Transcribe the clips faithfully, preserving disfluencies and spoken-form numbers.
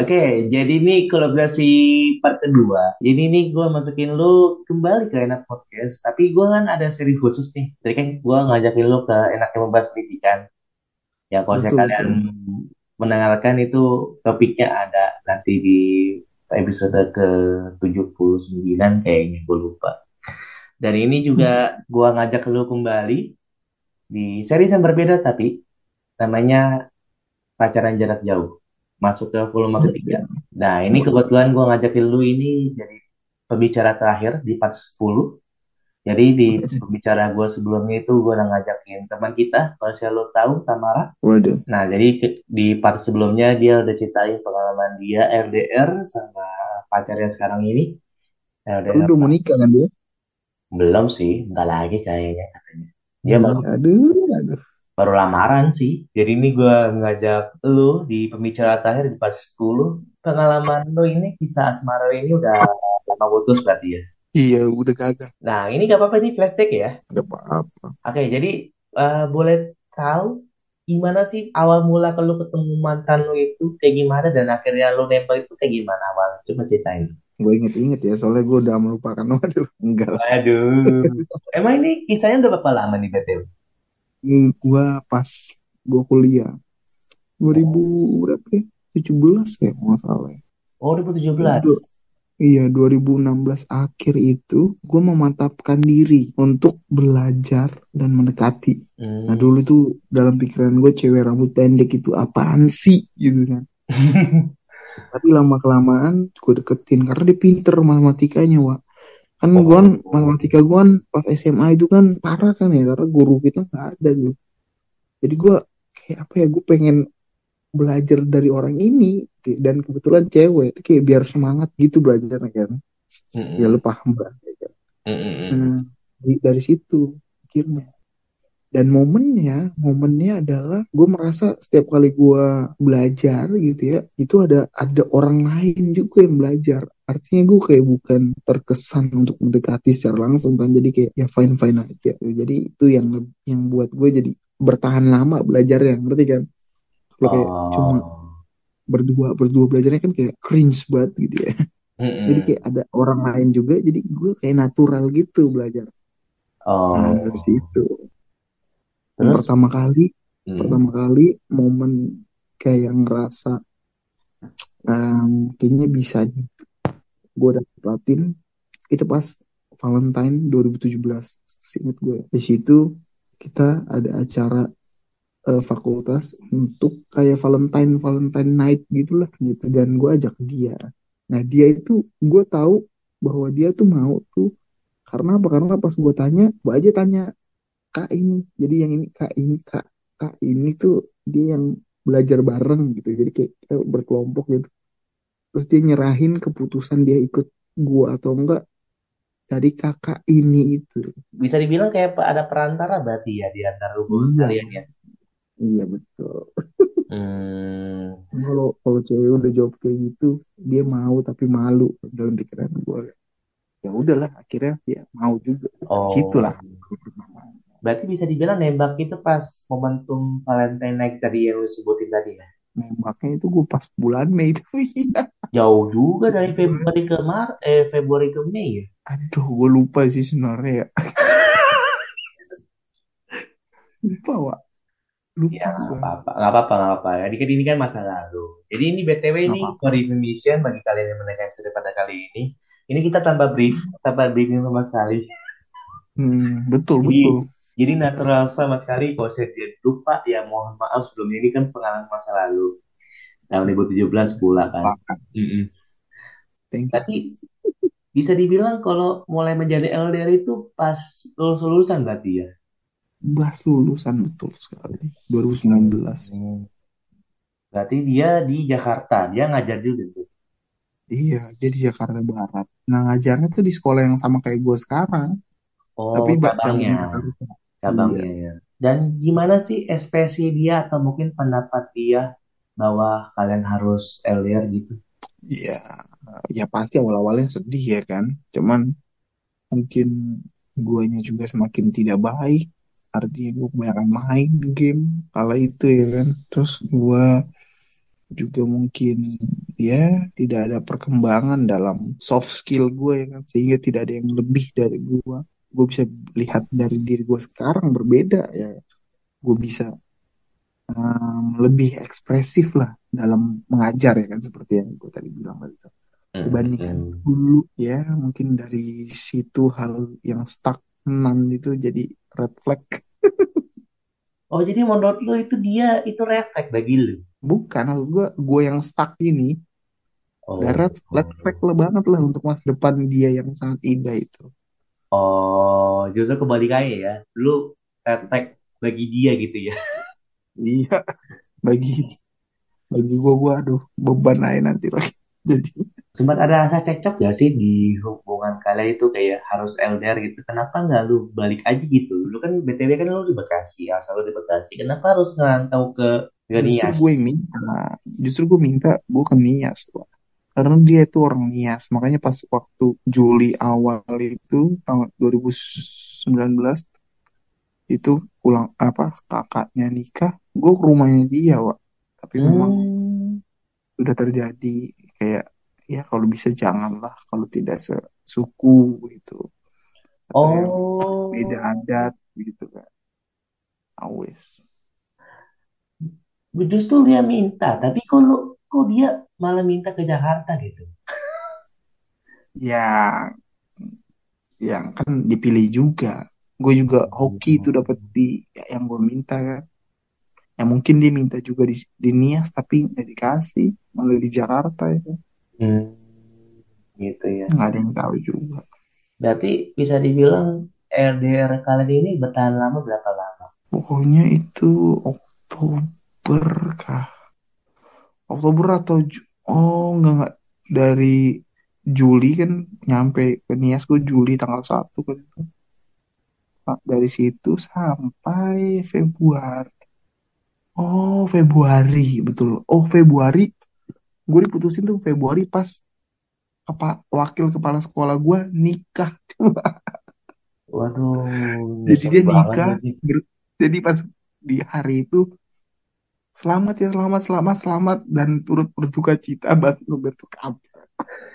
Oke, jadi ini kolaborasi part kedua. Jadi ini gue masukin lu kembali ke Enak Podcast. Tapi gue kan ada seri khusus nih. Tadi kan gue ngajakin lu ke Enak yang membahas pendidikan. Ya kalau saya Betul, kalian betul. mendengarkan itu topiknya ada nanti di episode ke tujuh puluh sembilan kayaknya gue lupa. Dan ini juga gue ngajak lu kembali di seri yang berbeda tapi namanya pacaran jarak jauh masuk ke volume Oke. ketiga. Nah, ini Waduh. kebetulan gue ngajakin lu ini jadi pembicara terakhir di part sepuluh. Jadi di pembicara gue sebelumnya itu gue udah ngajakin teman kita, kalau saya lo tahu, Tamara. Waduh. Nah, jadi ke- di part sebelumnya dia udah ceritain pengalaman dia L D R sama pacarnya sekarang ini. Tapi L D R udah mau nikah kan dia? belum sih, enggak lagi kayaknya katanya. Dia baru Iya, aduh, aduh. baru lamaran sih. Jadi ini gue ngajak lu di pembicara terakhir di part sepuluh. Pengalaman lu ini kisah asmara ini udah lama putus berarti ya. Iya, udah gagal. Nah, ini gak apa-apa, ini flashback ya. Gak apa-apa. Oke, jadi eh, boleh tahu gimana sih awal mula kalau ketemu mantan lu itu kayak gimana dan akhirnya lu nempel itu kayak gimana awalnya? Coba ceritain. Gue inget-inget ya, soalnya gue udah melupakan. Waduh, enggak lah. Waduh. Emang ini kisahnya udah berapa lama nih, B T W? Ini gue pas gue kuliah. dua ribu Oh, berapa ya? tujuh belas ya, kalau nggak salah ya. oh dua ribu tujuh Eh, belas. du- Iya, dua ribu enam belas akhir itu gue memantapkan diri untuk belajar dan mendekati. Nah, Hmm. dulu tuh dalam pikiran gue cewek rambut pendek itu apaan sih gitu kan. Tapi lama-kelamaan gue deketin karena dia pinter matematikanya, Wak. Kan gue kan Oh. matematika gue kan pas S M A itu kan parah kan ya karena guru kita nggak ada tuh. Jadi gue kayak apa ya, gue pengen belajar dari orang ini gitu. Dan kebetulan cewek kayak biar semangat gitu belajarnya kan. Ya lu Mm-mm. paham kan. Mm-mm. Nah, di- dari situ akhirnya. Dan momennya, momennya adalah gue merasa setiap kali gue belajar gitu ya, itu ada ada orang lain juga yang belajar. Artinya gue kayak bukan terkesan untuk mendekati secara langsung kan, jadi kayak ya fine fine aja. Jadi itu yang yang buat gue jadi bertahan lama belajarnya, ngerti kan? Kalau kayak cuma Oh. berdua berdua belajarnya kan kayak cringe banget gitu ya. Jadi Mm-mm. kayak ada orang lain juga, jadi gue kayak natural gitu belajar. Nah dari Oh. situ. Yang Terus? pertama kali, Mm. pertama kali momen kayak ngerasa em, kayaknya bisa nih. Gue dapatin itu pas Valentine dua ribu tujuh belas. Seingat gue. Di situ kita ada acara eh, fakultas untuk kayak Valentine Valentine night gitulah gitu. Dan gue ajak dia. Nah dia itu gue tahu bahwa dia tuh mau tuh karena apa? Karena pas gue tanya, gue aja tanya kak ini. Jadi yang ini kak ini kak kak ini tuh dia yang belajar bareng gitu. Jadi kayak kita berkelompok gitu. Terus dia nyerahin keputusan dia ikut gua atau enggak dari kakak ini itu. Bisa dibilang kayak ada perantara berarti ya di antara hubungan Iya, kalian ya. iya betul. Hmm. Kalau kalau cewek udah jawab kayak gitu, dia mau tapi malu dalam pikiran gua. Ya udahlah, akhirnya dia mau juga. Dari situlah. Oh. Berarti bisa dibilang nembak itu pas momentum Valentine Night tadi yang lu sebutin tadi ya. Nembaknya itu gue pas bulan Mei itu. Iya. Jauh juga dari Bulan. Februari ke Mar eh Februari ke Mei ya. Aduh, gue lupa sih sebenarnya ya. Lupa, Wak. Ya Lupa nggak gue. apa-apa, nggak apa-apa, nggak apa-apa. Jadi kan ini kan masa lalu. Jadi ini B T W Nggak ini apa-apa. for information bagi kalian yang mendengar episode pada kali ini. Ini kita tanpa brief, tanpa briefing sama sekali. Hmm, betul, Jadi betul. jadi natural sama sekali. Kalau saya tidak lupa ya mohon maaf sebelumnya ini kan pengalaman masa lalu. Tahun dua ribu tujuh belas pula kan. Lupakan. Mm-mm. Thank you. Tapi bisa dibilang kalau mulai menjadi L D R itu pas lulus lulusan berarti ya. Bahas lulusan betul sekali. dua ribu sembilan belas. Hmm. Berarti dia di Jakarta, dia ngajar juga tuh. Iya, dia di Jakarta Barat. Nah, ngajarnya tuh di sekolah yang sama kayak gue sekarang. Oh, Tapi ba- cabangnya, cabang Jakarta. Iya. cabangnya ya. Dan gimana sih ekspresi dia atau mungkin pendapat dia bahwa kalian harus L D R gitu? Iya. Ya pasti awal-awalnya sedih ya kan. Cuman mungkin guanya juga semakin tidak baik. Artinya gue kebanyakan main game kala itu ya kan. Terus gue juga mungkin ya tidak ada perkembangan dalam soft skill gue ya kan, sehingga tidak ada yang lebih dari gue. Gue bisa lihat dari diri gue sekarang berbeda ya. Gue bisa um, lebih ekspresif lah dalam mengajar ya kan, seperti yang gue tadi bilang tadi tuh. Dibandingkan Mm-mm. dulu ya, mungkin dari situ hal yang stagnan itu jadi red flag. Oh, jadi menurut lu itu dia itu refleks bagi lu? Bukan, maksud gue gue yang stuck ini udah Oh, red, red flag lah banget lah untuk masa depan dia yang sangat indah itu. oh, justru kebalikannya ya. Lu refleks bagi dia gitu ya. Iya, bagi bagi gue gue aduh beban aja nanti lagi. Jadi Sempat ada rasa cekcok gak sih di hubungan kalian itu kayak harus L D R gitu? Kenapa nggak lu balik aja gitu? Lu kan B T W kan lu di Bekasi, asal lu di Bekasi. Kenapa harus ngerantau ke ke justru Nias? gue yang minta, justru gue minta gue ke Nias Wak. Karena dia itu orang Nias, makanya pas waktu Juli awal itu tahun dua ribu sembilan belas itu pulang apa kakaknya nikah, gue ke rumahnya dia Wak. Tapi memang Hmm, sudah terjadi kayak ya kalau bisa janganlah kalau tidak sesuku gitu, atau yang beda oh, adat gitu kan. Awes. justru dia minta, tapi kok lu, kok dia malah minta ke Jakarta gitu? Ya, yang kan dipilih juga. Gue juga hoki itu dapat di ya, yang gue minta kan. Ya mungkin dia minta juga di, di Nias tapi nggak dikasih, malah di Jakarta ya kan. Hmm, gitu ya. Nggak ada yang tahu juga. Berarti bisa dibilang L D R kalian ini bertahan lama berapa lama? Pokoknya itu Oktober kah? Oktober atau Ju- oh enggak enggak dari Juli kan nyampe ke Nias gue Juli tanggal satu kan itu. Nah, dari situ sampai Februari. Oh, Februari, betul. Oh, Februari. Gue diputusin tuh Februari pas apa wakil kepala sekolah gue nikah. Waduh, Jadi nyesek dia banget nikah. lagi. ber- Jadi pas di hari itu selamat ya, selamat, selamat, selamat dan turut berduka cita Batu Roberto Carlos.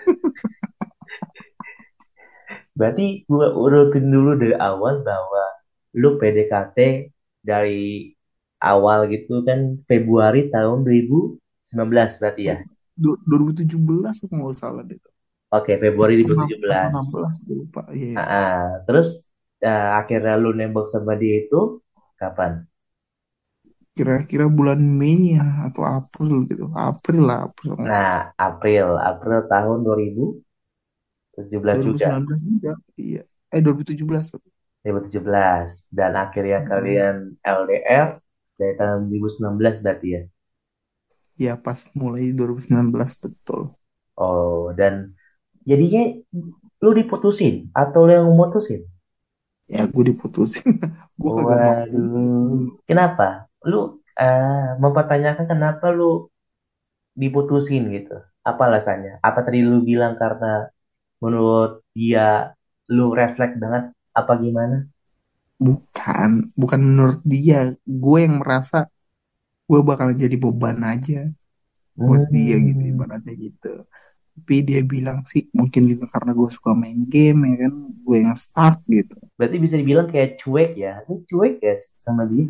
Berarti gue urutin dulu dari awal bahwa lu P D K T dari awal gitu kan Februari tahun dua ribu sembilan belas berarti ya. Du- dua ribu tujuh belas aku nggak salah deh. Oke, Februari Atau enam- atau dua ribu tujuh belas. enam belas gue lupa. Iya. Ah, ah. Terus ah, akhirnya lu nembak sama dia itu kapan? Kira-kira bulan Mei ya atau April gitu. April lah, April nggak Nah, salah. April, April tahun dua ribu tujuh belas juga, dua ribu sembilan belas juga. Iya. Eh dua ribu tujuh belas. dua ribu tujuh belas. Dan akhirnya Hmm. kalian L D R dari tahun dua ribu sembilan belas berarti ya. Ya pas mulai dua ribu sembilan belas betul. Oh, dan jadinya lu diputusin atau lu yang memutusin? Ya gue diputusin. Gue kagak mau putus Waduh, dulu. kenapa? Lu eh, mempertanyakan kenapa lu diputusin gitu? Apa alasannya? Apa tadi lu bilang karena menurut dia lu refleks banget apa gimana? Bukan, bukan menurut dia. Gue yang merasa gue bakalan jadi beban aja buat dia gitu, Hmm, ibaratnya gitu. Tapi dia bilang sih mungkin juga karena gue suka main game ya kan, gue yang start gitu. berarti bisa dibilang kayak cuek ya? Lu cuek ya sama dia?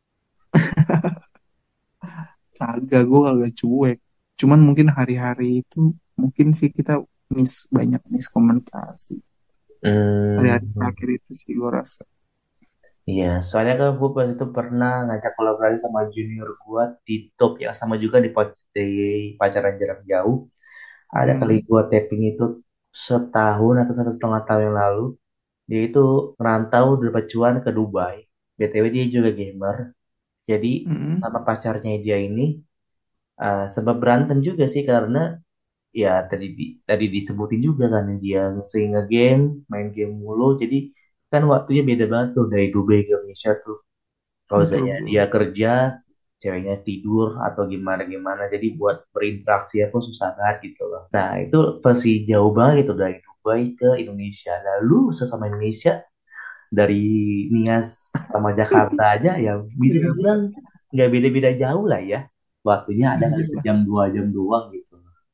Agak gue agak cuek. Cuman mungkin hari-hari itu mungkin sih kita miss banyak miskomunikasi. Hari-hari Hmm, terakhir itu sih gue rasa. iya, soalnya kan gue pas itu pernah ngajak kolaborasi sama junior gue di top ya, sama juga di, pac- di pacaran jarak jauh. Ada kali Hmm. gue taping itu setahun atau satu setengah tahun yang lalu. Dia itu merantau dari Pacuan ke Dubai. B T W dia juga gamer. Jadi Hmm. sama pacarnya dia ini eh, sebab berantem juga sih karena ya tadi di- tadi disebutin juga kan dia sering nge-game, main game mulu. Jadi kan waktunya beda banget tuh dari Dubai ke Indonesia tuh. Kalau Betul misalnya bro. dia kerja, ceweknya tidur atau gimana-gimana. Jadi buat berinteraksi pun susah banget gitu loh. Nah itu pasti jauh banget gitu dari Dubai ke Indonesia. Lalu sesama Indonesia dari Nias sama Jakarta aja ya bisa Iya, dibilang nggak beda-beda jauh lah ya. Waktunya ada kali iyalah. sejam dua jam doang gitu.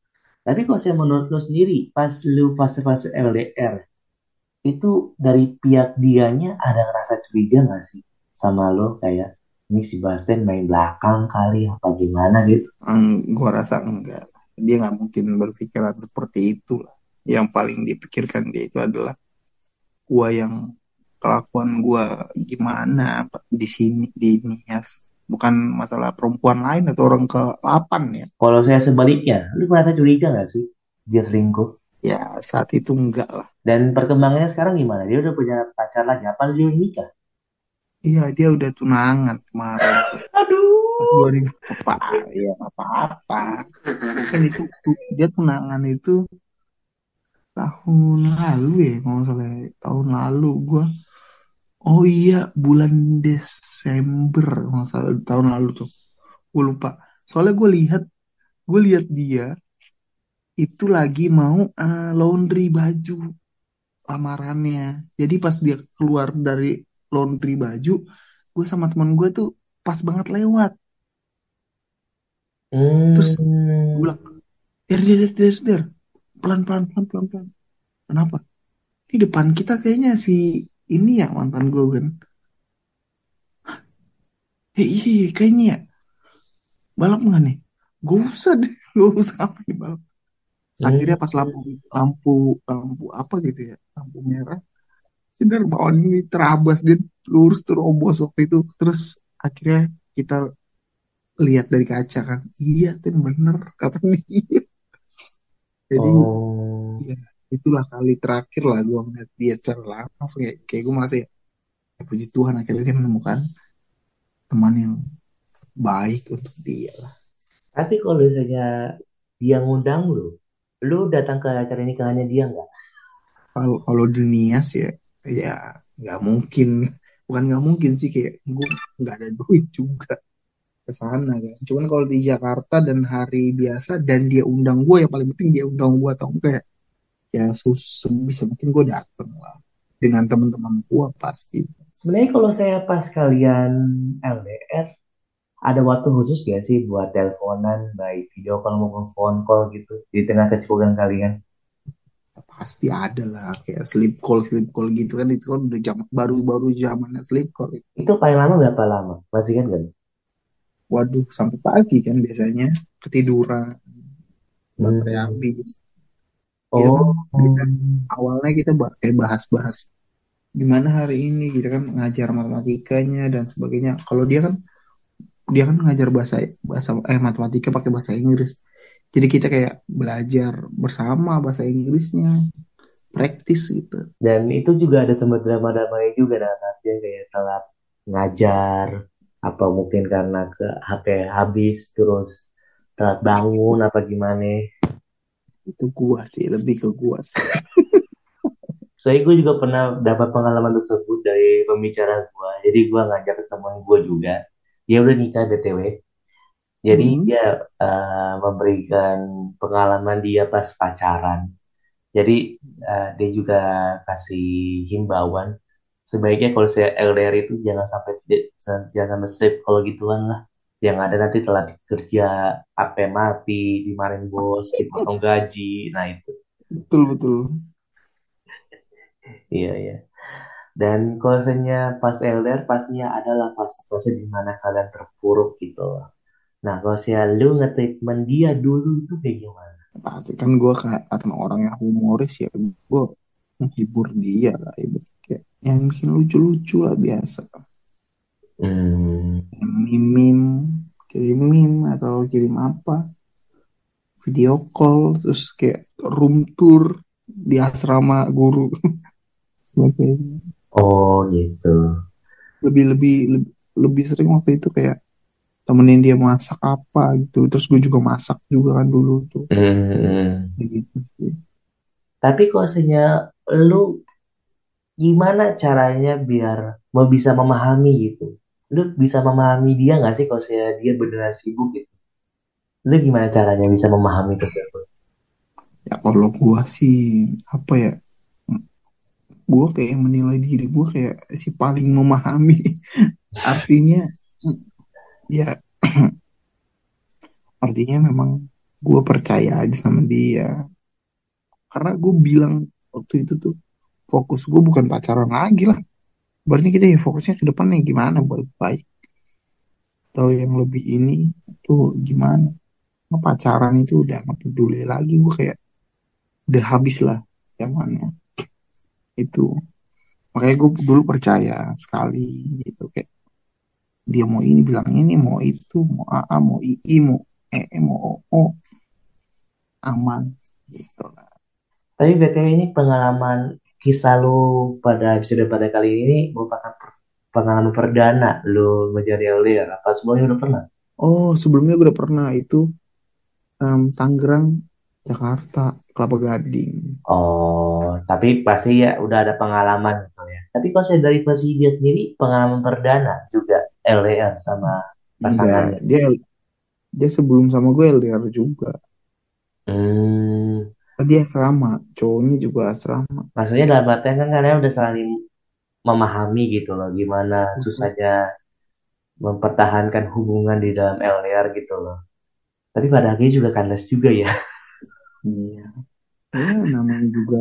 Tapi kalau saya menurut lu sendiri, pas lu fase-fase L D R, itu dari pihak dianya ada ngerasa curiga nggak sih sama lo kayak ini si Bastian main belakang kali apa gimana gitu? Gue rasa enggak, dia nggak mungkin berpikiran seperti itu lah. Yang paling dipikirkan dia itu adalah gue yang kelakuan gue gimana di sini di Nias, bukan masalah perempuan lain atau orang ke delapan ya. Kalau saya sebaliknya, lu merasa curiga nggak sih dia selingkuh? Ya saat itu enggak lah. Dan perkembangannya sekarang gimana? Dia udah punya pacar lagi? Apa dia udah nikah? Iya, dia udah tunangan kemarin tuh pas Aduh. dua ribu apa ya apa-apa kan itu tuh, dia tunangan itu tahun lalu ya kalau nggak salah ya. Tahun lalu gua, oh iya, bulan Desember kalau nggak salah tahun lalu tuh, gue lupa. Soalnya gue lihat gue lihat dia itu lagi mau eh, laundry baju lamarannya. Jadi pas dia keluar dari laundry baju, gue sama teman gue tuh pas banget lewat. Terus gue Hmm. bilang, der der der der der, pelan pelan pelan pelan pelan. Kenapa? Di depan kita kayaknya si ini ya mantan gue kan. Eh iya iya, kayaknya ya. Balap nggak nih? Gak usah deh, gak usah apa nih balap. Terus akhirnya pas lampu Hmm. lampu lampu apa gitu ya, lampu merah, si Darmawan ini terabas dia lurus terobos waktu itu. Terus akhirnya kita lihat dari kaca kan, iya tuh bener kata dia. Jadi Oh. ya itulah kali terakhir lah gue ngeliat dia secara langsung ya, kayak gue merasa ya, ya puji Tuhan akhirnya dia menemukan teman yang baik untuk dia lah. Tapi kalau misalnya dia ngundang lu, lu datang ke acara nikahannya dia nggak? Kalau kalau dunia sih ya, ya nggak mungkin, bukan nggak mungkin sih, kayak gue nggak ada duit juga ke sana kan. Cuman kalau di Jakarta dan hari biasa dan dia undang gue, yang paling penting dia undang gue atau enggak, ya sus bisa mungkin gue dateng lah dengan teman-teman gue pasti. Sebenarnya kalau saya pas kalian L D R, ada waktu khusus gak sih buat teleponan, baik video call maupun phone call gitu, di tengah kesibukan kalian? Ya, pasti ada lah kayak sleep call sleep call gitu kan, itu kan udah zaman baru-baru zamannya sleep call itu. Itu paling lama berapa lama? Masih kan kan? Waduh, sampai pagi kan biasanya, ketiduran, baterai Hmm. habis. Itu kan Oh. kita awalnya kita ba- kayak bahas-bahas gimana hari ini gitu kan, ngajar matematikanya dan sebagainya. Kalau dia kan dia kan ngajar bahasa bahasa eh matematika pakai bahasa Inggris. Jadi kita kayak belajar bersama bahasa Inggrisnya, praktis gitu. Dan itu juga ada sempat drama-dramanya juga dalam artian kayak telat ngajar, apa mungkin karena ke H P habis terus telat bangun apa gimana. Itu gua sih, lebih ke gua sih. Soalnya gue juga pernah dapat pengalaman tersebut dari pembicara gue. Jadi gue ngajak teman gue juga. Dia udah nikah B T W. Jadi Hmm, dia eh, memberikan pengalaman dia pas pacaran. Jadi eh, dia juga kasih himbauan. Sebaiknya kalau saya L D R itu jangan sampai jangan sampai slip kalau gituan lah. Yang ada nanti telat kerja, H P mati, dimarahin bos, dipotong gaji. Nah itu. betul betul. Iya, iya. Dan kalau misalnya pas L D R pastinya adalah fase-fase di mana kalian terpuruk gitu. Nah, kalau saya lu nge-treatment dia dulu itu kayak gimana? Pasti kan gua kayak karena orang yang humoris ya, gua menghibur dia lah, ibu kayak yang bikin lucu-lucu lah biasa. Hmm. Mimim, kirim meme atau kirim apa, video call, terus kayak room tour di asrama guru sebagainya. Oh gitu. Lebih lebih lebih, lebih sering waktu itu kayak temenin dia masak apa gitu, terus gue juga masak juga kan dulu tuh, Hmm. kayak gitu sih. Tapi kalau misalnya lu gimana caranya biar mau bisa memahami gitu? Lu bisa memahami dia nggak sih kalau saya dia beneran sibuk gitu? Lu gimana caranya bisa memahami tersebut? Ya kalau gue sih apa ya, gue kayak menilai diri gue kayak si paling memahami. Artinya ya artinya memang gue percaya aja sama dia. Karena gue bilang waktu itu tuh, fokus gue bukan pacaran lagi lah. Berarti kita ya fokusnya ke depannya gimana buat baik. Atau yang lebih ini tuh gimana. Nah, pacaran itu udah gak peduli lagi. Gue kayak udah habis lah zamannya itu. Makanya gue dulu percaya sekali gitu. Kayak dia mau ini bilang ini, mau itu, mau A A, mau I I, mau E E, mau O O, aman gitu. Tapi B T W ini pengalaman kisah lu pada episode pada kali ini merupakan per- pengalaman perdana lu menjadi L D R. Apa sebelumnya udah pernah? Oh, sebelumnya gue udah pernah itu, em, Tangerang, Jakarta, Kelapa Gading. Oh, tapi pasti ya udah ada pengalaman gitu ya. Tapi kalau saya dari versi dia sendiri, pengalaman perdana juga L D R sama Enggak, pasangannya. dia dia sebelum sama gue L D R juga. Hmm, Dia asrama, cowoknya juga asrama. maksudnya dalam artian kan kalian udah saling memahami gitu loh, gimana susahnya mempertahankan hubungan di dalam L D R gitu loh. Tapi pada akhirnya juga kandas juga ya. Iya, ya namanya juga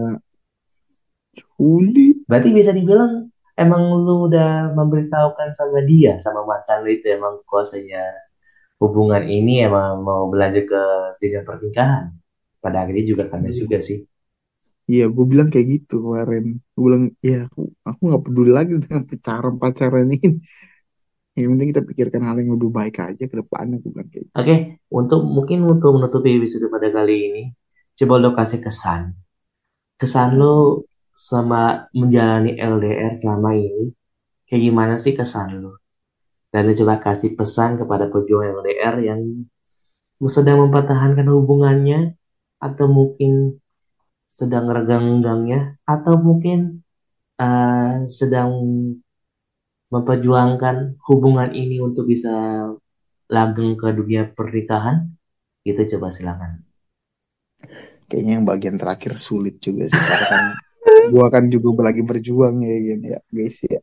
sulit. Berarti bisa dibilang emang lu udah memberitahukan sama dia, sama mantan lu itu emang kuasanya hubungan ini emang mau belajar ke jenjang pernikahan. Pada akhirnya juga kandas Iya, juga sih. iya, gue bilang kayak gitu kemarin. Gue bilang, ya aku aku nggak peduli lagi dengan pacaran pacaran ini. Yang penting kita pikirkan hal yang lebih baik aja ke depannya. Gue bilang kayak gitu. Oke, untuk mungkin untuk menutupi episode pada kali ini, coba lo kasih kesan. Kesan lo Mm-mm. sama menjalani L D R selama ini, kayak gimana sih kesan lo? Dan lo coba kasih pesan kepada pejuang L D R yang sedang mempertahankan hubungannya, atau mungkin sedang renggang-renggangnya, atau mungkin eh, sedang memperjuangkan hubungan ini untuk bisa langgeng ke dunia pernikahan, itu coba silakan. Kayaknya yang bagian terakhir sulit juga sih. Karena kan gue kan juga lagi berjuang ya gini ya guys ya.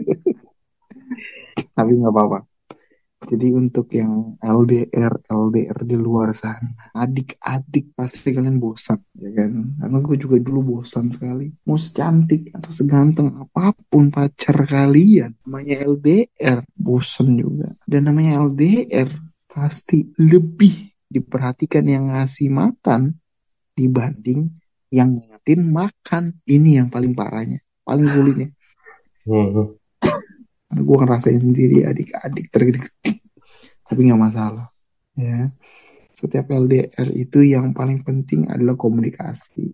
Tapi nggak apa-apa. Jadi untuk yang L D R, L D R di luar sana, adik-adik pasti kalian bosan, ya kan? Karena gue juga dulu bosan sekali. Mau secantik atau seganteng apapun pacar kalian, namanya L D R, bosan juga. Dan namanya L D R, pasti lebih diperhatikan yang ngasih makan dibanding yang ngingetin makan. Ini yang paling parahnya, paling sulitnya. Hmm. Karena gue ngerasain sendiri adik-adik tergedik, tapi nggak masalah. Ya, setiap L D R itu yang paling penting adalah komunikasi.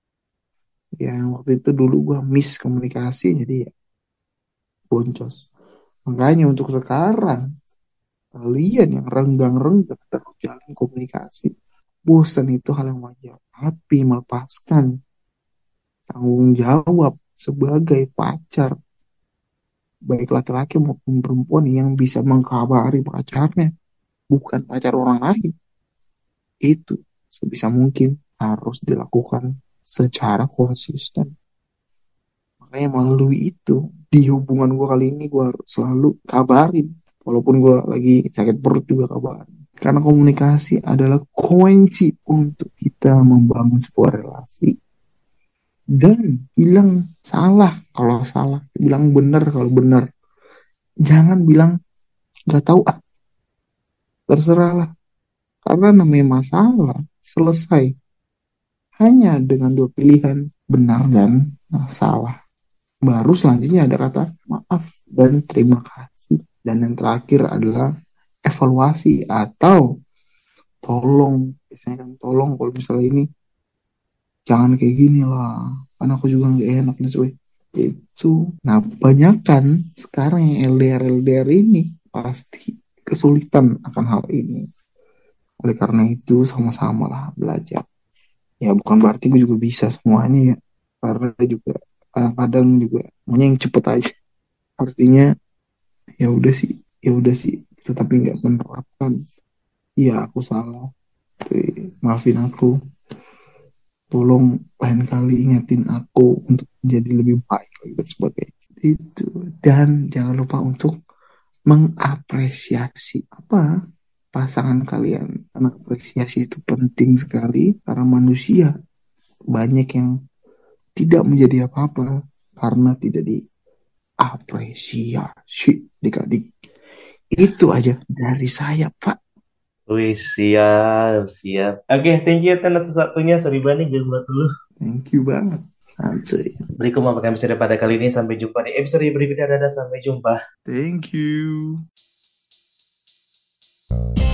Ya, waktu itu dulu gua miss komunikasi, jadi ya boncos. Makanya untuk sekarang, kalian yang renggang-renggang terus jalin komunikasi, bosan itu hal yang wajar. Tapi melepaskan tanggung jawab sebagai pacar, baik laki-laki maupun perempuan yang bisa mengkabari pacarnya, bukan pacar orang lain. Itu sebisa mungkin harus dilakukan secara konsisten. Makanya melalui itu, di hubungan gue kali ini gue selalu kabarin. Walaupun gue lagi sakit perut juga kabarin. Karena komunikasi adalah kunci untuk kita membangun sebuah relasi. Dan bilang salah kalau salah. Bilang benar kalau benar. Jangan bilang gak tahu ah, terserah lah. Karena namanya masalah selesai hanya dengan dua pilihan, benar dan salah. Baru selanjutnya ada kata maaf dan terima kasih. Dan yang terakhir adalah evaluasi atau tolong. Biasanya kan tolong kalau misalnya ini jangan kayak gini lah. Karena aku juga nggak enak nih suwe. Itu. Nah banyak kan sekarang yang L D R L D R ini pasti kesulitan akan hal ini. Oleh karena itu sama-sama lah belajar. Ya bukan berarti gue juga bisa semuanya ya. Karena juga kadang-kadang juga maunya yang cepet aja. Artinya ya udah sih, ya udah sih, tetapi nggak menerapkan. Iya aku salah. Tuh, maafin aku. Tolong lain kali ingetin aku untuk menjadi lebih baik lagi dan sebagainya. Itu. Dan jangan lupa untuk mengapresiasi apa pasangan kalian. Karena apresiasi itu penting sekali karena manusia banyak yang tidak menjadi apa-apa karena tidak diapresiasi adik-adik. Itu aja dari saya, Pak. Wih, siap, siap. Oke, thank you Tan atas waktunya. Sorry banget gue buat dulu. Thank you banget. Santai. Berikut merupakan episode pada kali ini. Sampai jumpa di episode berikutnya. Dadah, sampai jumpa. Thank you.